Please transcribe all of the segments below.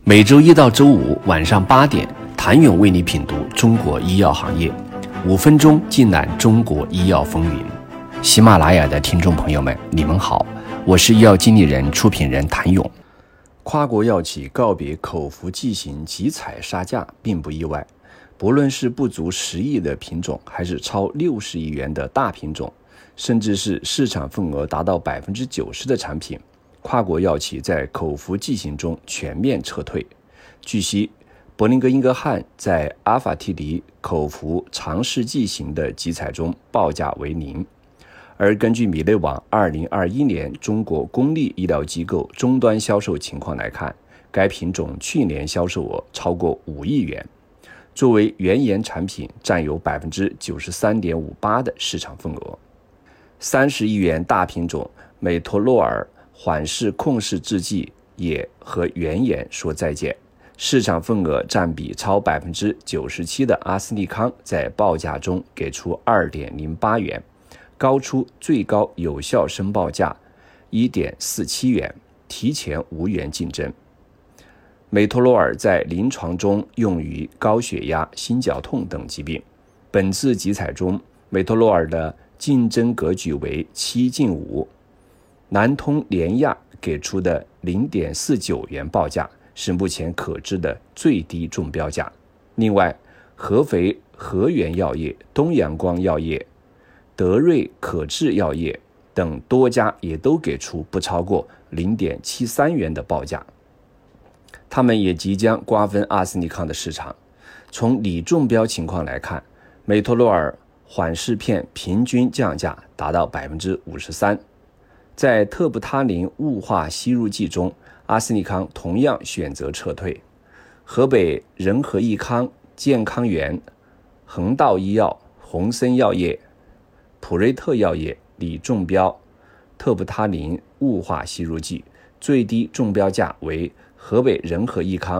每周一到周五晚上8点，谭勇为你品读中国医药行业，5分钟尽览中国医药风云。喜马拉雅的听众朋友们，你们好，我是医药经理人、出品人谭勇。跨国药企告别口服剂型集采杀价并不意外，不论是不足10亿的品种，还是超60亿元的大品种，甚至是市场份额达到90%的产品，跨国药企在口服剂型中全面撤退。据悉，伯林格英格汉在阿法替尼口服长试剂型的集采中报价为0。而根据米内网2021年中国公立医疗机构终端销售情况来看，该品种去年销售额超过5亿元，作为原研产品占有 93.58% 的市场份额。30亿元大品种美托洛尔缓释控制制剂也和原研说再见，市场份额占比超 97% 的阿斯利康在报价中给出 2.08 元，高出最高有效申报价 1.47 元，提前无缘竞争。美托洛尔在临床中用于高血压、心绞痛等疾病。本次集采中，美托洛尔的竞争格局为7进5，南通联亚给出的 0.49 元报价是目前可知的最低中标价。另外，合肥和源药业、东阳光药业、德瑞可治药业等多家也都给出不超过 0.73 元的报价。他们也即将瓜分阿斯利康的市场。从拟中标情况来看，美托洛尔缓释片平均降价达到 53%。在特布他林雾化吸入剂中，阿斯利康同样选择撤退。河北仁和益康、健康源、恒道医药、鸿森药业、普瑞特药业拟中标特布他林雾化吸入剂，最低中标价为河北仁和益康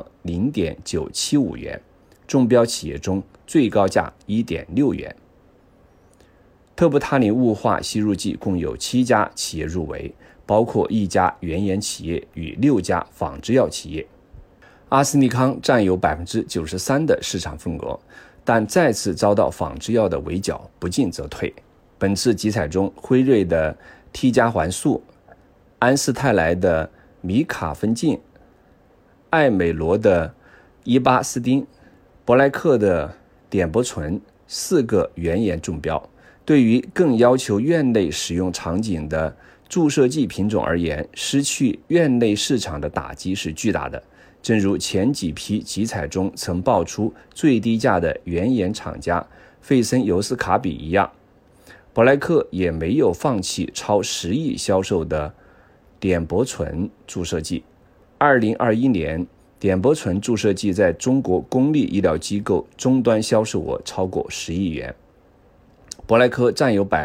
0.975 元，中标企业中最高价 1.6 元。特布他林雾化吸入剂共有7家企业入围，包括1家原研企业与6家仿制药企业。阿斯利康占有 93% 的市场份额，但再次遭到仿制药的围剿，不进则退。本次集采中，辉瑞的替加环素、安斯泰莱的米卡芬净、艾美罗的伊巴斯汀、博莱克的碘泊醇4个原研中标。对于更要求院内使用场景的注射剂品种而言，失去院内市场的打击是巨大的。正如前几批集采中曾爆出最低价的原研厂家费森尤斯卡比一样，博莱克也没有放弃超10亿销售的碘泊醇注射剂。2021年，碘泊醇注射剂在中国公立医疗机构终端销售额超过10亿元。博莱克占有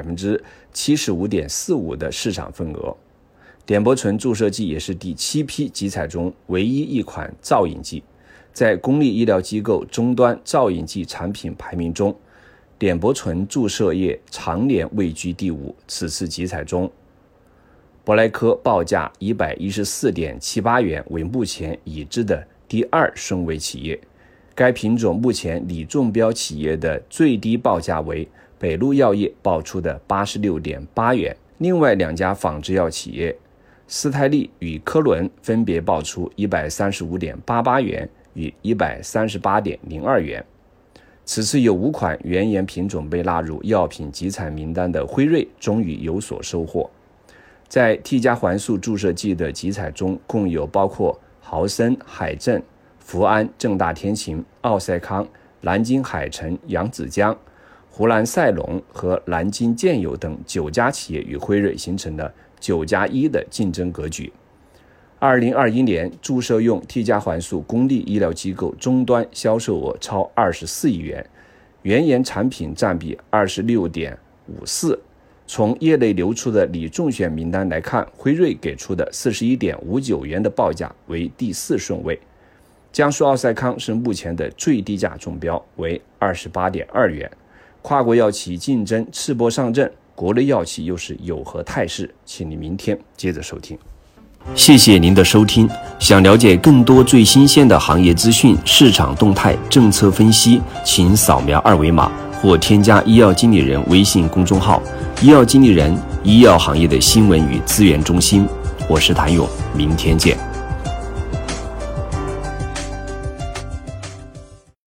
75.45% 的市场份额。碘泊醇注射剂也是第7批集采中唯一一款造影剂。在公立医疗机构终端造影剂产品排名中，碘泊醇注射液常年位居第5。此次集采中，博莱克报价 114.78 元，为目前已知的第2顺位企业。该品种目前拟中标企业的最低报价为北陆药业报出的 86.8 元，另外2家仿制药企业斯泰利与科伦分别报出 135.88 元与 138.02 元。此次有5款原研品种被纳入药品集采名单的辉瑞终于有所收获。在替加环素注射剂的集采中，共有包括豪森、海正、福安、正大天晴、奥赛康、南京海城、扬子江、湖南赛龙和南京健友等9家企业与辉瑞形成了9+1的竞争格局。2021年，注射用替加环素公立医疗机构终端销售额超24亿元，原研产品占比 26.54%。从业内流出的拟中选名单来看，辉瑞给出的 41.59 元的报价为第4顺位。江苏奥赛康是目前的最低价中标，为 28.2 元。跨国药企竞争赤膊上阵，国内药企又是有何态势？请你明天接着收听。 谢谢您的收听。想了解更多最新鲜的行业资讯、市场动态、政策分析，请扫描二维码或添加医药经理人微信公众号“医药经理人”，医药行业的新闻与资源中心。我是谭勇，明天见。